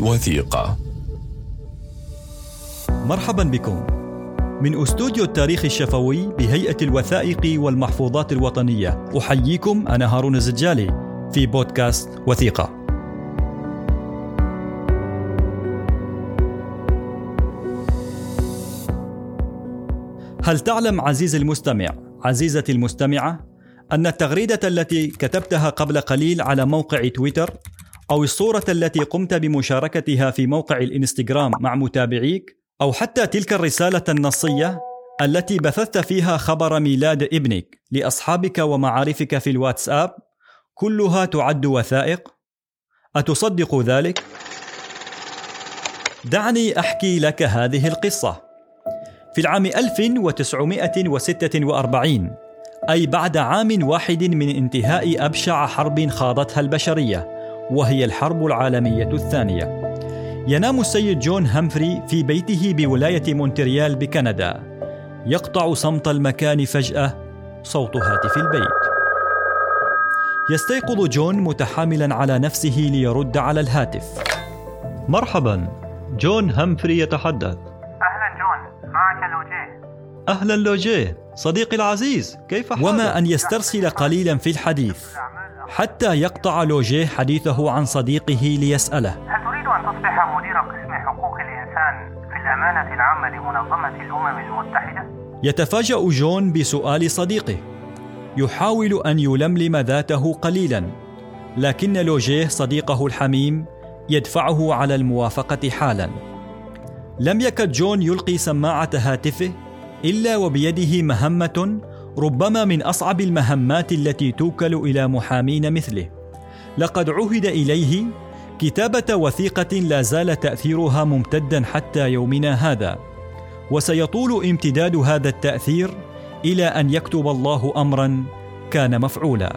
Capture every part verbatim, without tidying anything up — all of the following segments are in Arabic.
وثيقة. مرحبا بكم من أستوديو التاريخ الشفوي بهيئة الوثائق والمحفوظات الوطنية. أحييكم، أنا هارون الزجالي في بودكاست وثيقة. هل تعلم عزيزي المستمع، عزيزتي المستمعة، أن التغريدة التي كتبتها قبل قليل على موقع تويتر أو الصورة التي قمت بمشاركتها في موقع الإنستغرام مع متابعيك، أو حتى تلك الرسالة النصية التي بثثت فيها خبر ميلاد ابنك لأصحابك ومعارفك في الواتساب، كلها تعد وثائق؟ أتصدق ذلك؟ دعني أحكي لك هذه القصة. في العام ألف وتسعمائة وستة وأربعين، أي بعد عام واحد من انتهاء أبشع حرب خاضتها البشرية، وهي الحرب العالمية الثانية، ينام السيد جون هامفري في بيته بولاية مونتريال بكندا. يقطع صمت المكان فجأة صوت هاتف البيت. يستيقظ جون متحاملا على نفسه ليرد على الهاتف. مرحبا، جون هامفري يتحدث. أهلا جون، معك لوجيه. أهلا لوجيه، صديقي العزيز، كيف حالك؟ وما أن يسترسل قليلا في الحديث حتى يقطع لوجيه حديثه عن صديقه ليسأله: هل تريد أن تصبح مدير قسم حقوق الإنسان في الأمانة العامة لمنظمة الأمم المتحدة؟ يتفاجأ جون بسؤال صديقه، يحاول أن يلملم ذاته قليلا، لكن لوجيه صديقه الحميم يدفعه على الموافقة حالا. لم يكد جون يلقي سماعة هاتفه إلا وبيده مهمة ربما من أصعب المهمات التي توكل إلى محامين مثله. لقد عهد إليه كتابة وثيقة لا زال تأثيرها ممتدا حتى يومنا هذا، وسيطول امتداد هذا التأثير إلى أن يكتب الله أمرا كان مفعولا.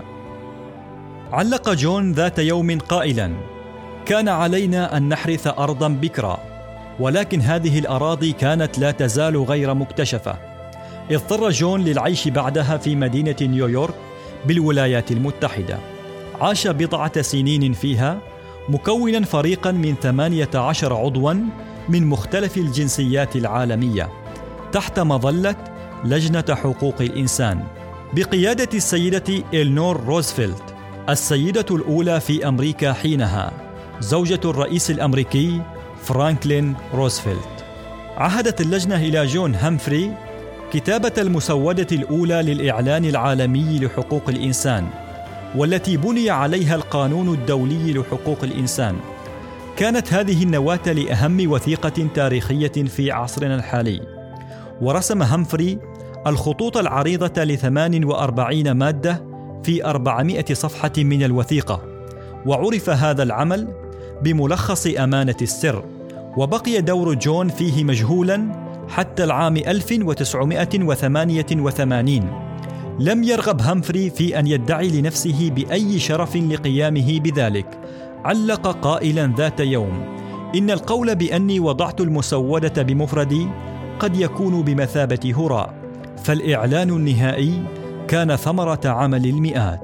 علق جون ذات يوم قائلا: كان علينا أن نحرث أرضا بكرا، ولكن هذه الأراضي كانت لا تزال غير مكتشفة. اضطر جون للعيش بعدها في مدينة نيويورك بالولايات المتحدة. عاش بضعة سنين فيها، مكونا فريقا من ثمانية عشر عضوا من مختلف الجنسيات العالمية تحت مظلة لجنة حقوق الإنسان بقيادة السيدة إلينور روزفلت، السيدة الأولى في أمريكا حينها، زوجة الرئيس الأمريكي فرانكلين روزفلت. عهدت اللجنة إلى جون هامفري كتابة المسودة الأولى للإعلان العالمي لحقوق الإنسان، والتي بني عليها القانون الدولي لحقوق الإنسان. كانت هذه النواة لأهم وثيقة تاريخية في عصرنا الحالي. ورسم هامفري الخطوط العريضة لثمان وأربعين مادة في أربعمائة صفحة من الوثيقة، وعرف هذا العمل بملخص أمانة السر، وبقي دور جون فيه مجهولا حتى العام ألف وتسعمائة وثمانية وثمانين. لم يرغب هامفري في أن يدعي لنفسه بأي شرف لقيامه بذلك. علق قائلا ذات يوم: إن القول بأني وضعت المسودة بمفردي قد يكون بمثابة هراء، فالإعلان النهائي كان ثمرة عمل المئات.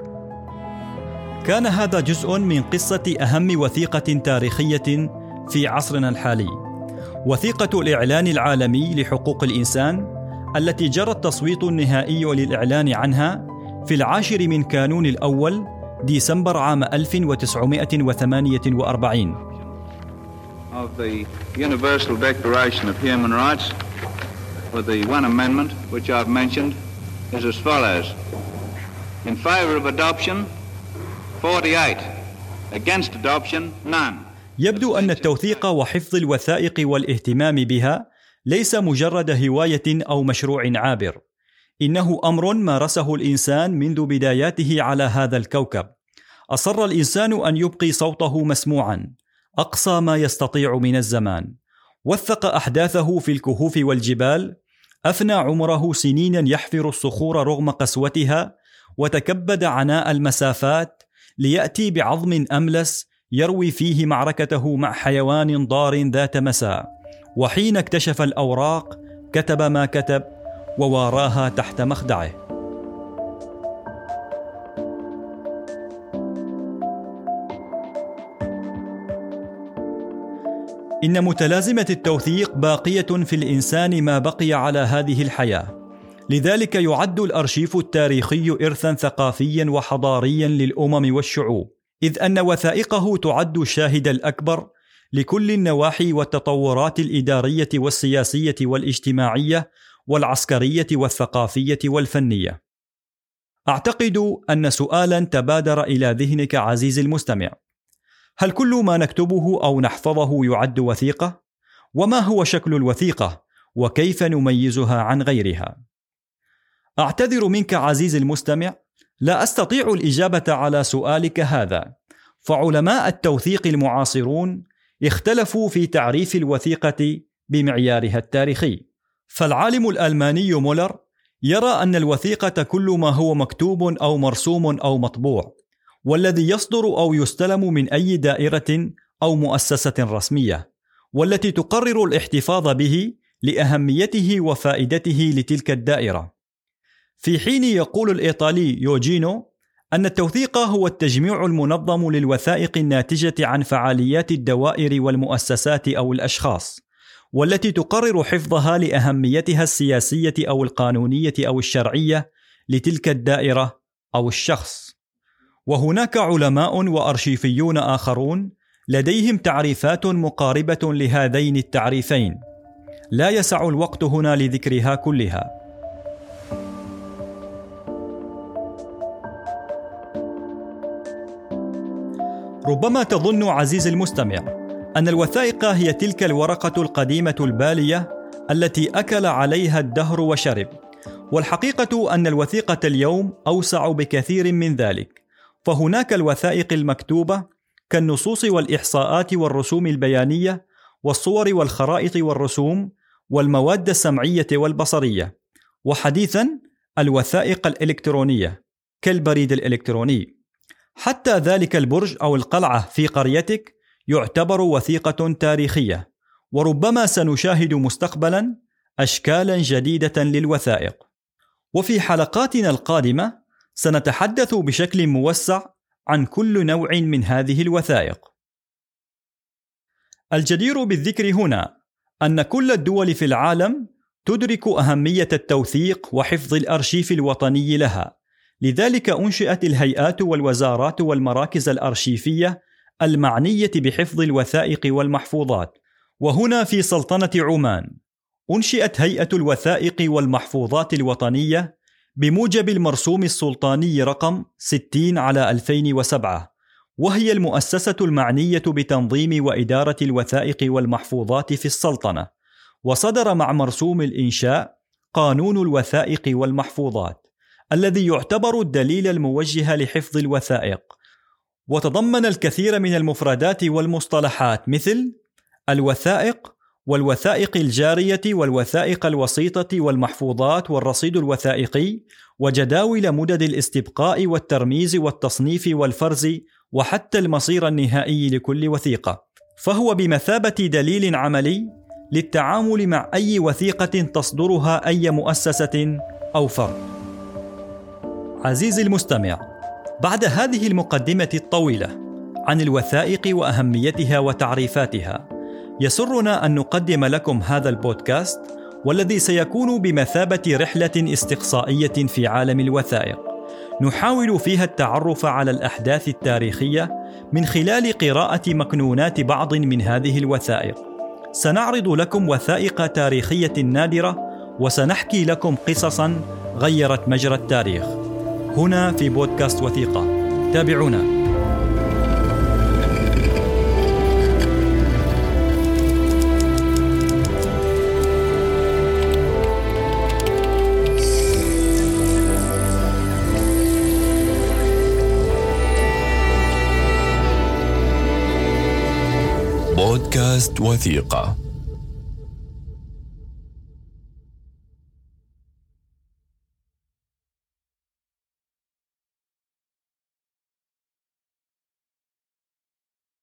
كان هذا جزء من قصة أهم وثيقة تاريخية في عصرنا الحالي، وثيقة الإعلان العالمي لحقوق الإنسان، التي جرى التصويت النهائي للإعلان عنها في العاشر من كانون الأول ديسمبر عام ألف وتسعمائة وثمانية وأربعين. Of the Universal Declaration of Human Rights, with the one amendment which I've mentioned, is as follows: in favor of adoption, forty-eight; against adoption, none. يبدو أن التوثيق وحفظ الوثائق والاهتمام بها ليس مجرد هواية أو مشروع عابر، إنه أمر مارسه الإنسان منذ بداياته على هذا الكوكب. أصر الإنسان أن يبقي صوته مسموعا أقصى ما يستطيع من الزمان، وثق أحداثه في الكهوف والجبال، أفنى عمره سنينا يحفر الصخور رغم قسوتها، وتكبد عناء المسافات ليأتي بعظم أملس يروي فيه معركته مع حيوان ضار ذات مساء. وحين اكتشف الأوراق كتب ما كتب وواراها تحت مخدعه. إن متلازمة التوثيق باقية في الإنسان ما بقي على هذه الحياة، لذلك يعد الأرشيف التاريخي إرثاً ثقافياً وحضارياً للأمم والشعوب، إذ أن وثائقه تعد الشاهد الأكبر لكل النواحي والتطورات الإدارية والسياسية والاجتماعية والعسكرية والثقافية والفنية. أعتقد أن سؤالاً تبادر إلى ذهنك عزيزي المستمع: هل كل ما نكتبه أو نحفظه يعد وثيقة؟ وما هو شكل الوثيقة؟ وكيف نميزها عن غيرها؟ أعتذر منك عزيزي المستمع، لا أستطيع الإجابة على سؤالك هذا، فعلماء التوثيق المعاصرون اختلفوا في تعريف الوثيقة بمعيارها التاريخي. فالعالم الألماني مولر يرى أن الوثيقة كل ما هو مكتوب أو مرسوم أو مطبوع، والذي يصدر أو يستلم من أي دائرة أو مؤسسة رسمية، والتي تقرر الاحتفاظ به لأهميته وفائدته لتلك الدائرة. في حين يقول الإيطالي يوجينو أن التوثيق هو التجميع المنظم للوثائق الناتجة عن فعاليات الدوائر والمؤسسات أو الأشخاص، والتي تقرر حفظها لأهميتها السياسية أو القانونية أو الشرعية لتلك الدائرة أو الشخص. وهناك علماء وأرشيفيون آخرون لديهم تعريفات مقاربة لهذين التعريفين، لا يسع الوقت هنا لذكرها كلها. ربما تظن عزيزي المستمع أن الوثائق هي تلك الورقة القديمة البالية التي أكل عليها الدهر وشرب، والحقيقة أن الوثيقة اليوم أوسع بكثير من ذلك، فهناك الوثائق المكتوبة كالنصوص والإحصاءات والرسوم البيانية والصور والخرائط والرسوم والمواد السمعية والبصرية، وحديثاً الوثائق الإلكترونية كالبريد الإلكتروني. حتى ذلك البرج أو القلعة في قريتك يعتبر وثيقة تاريخية، وربما سنشاهد مستقبلاً أشكالاً جديدة للوثائق. وفي حلقاتنا القادمة سنتحدث بشكل موسع عن كل نوع من هذه الوثائق. الجدير بالذكر هنا أن كل الدول في العالم تدرك أهمية التوثيق وحفظ الأرشيف الوطني لها، لذلك أنشئت الهيئات والوزارات والمراكز الأرشيفية المعنية بحفظ الوثائق والمحفوظات. وهنا في سلطنة عمان أنشئت هيئة الوثائق والمحفوظات الوطنية بموجب المرسوم السلطاني رقم ستين على ألفين وسبعة، وهي المؤسسة المعنية بتنظيم وإدارة الوثائق والمحفوظات في السلطنة. وصدر مع مرسوم الإنشاء قانون الوثائق والمحفوظات الذي يعتبر الدليل الموجه لحفظ الوثائق، وتضمن الكثير من المفردات والمصطلحات مثل الوثائق والوثائق الجارية والوثائق الوسيطة والمحفوظات والرصيد الوثائقي وجداول مدد الاستبقاء والترميز والتصنيف والفرز وحتى المصير النهائي لكل وثيقة، فهو بمثابة دليل عملي للتعامل مع أي وثيقة تصدرها أي مؤسسة أو فرد. عزيزي المستمع، بعد هذه المقدمة الطويلة عن الوثائق وأهميتها وتعريفاتها، يسرنا أن نقدم لكم هذا البودكاست، والذي سيكون بمثابة رحلة استقصائية في عالم الوثائق، نحاول فيها التعرف على الأحداث التاريخية من خلال قراءة مكنونات بعض من هذه الوثائق. سنعرض لكم وثائق تاريخية نادرة، وسنحكي لكم قصصاً غيرت مجرى التاريخ هنا في بودكاست وثيقة. تابعونا. بودكاست وثيقة.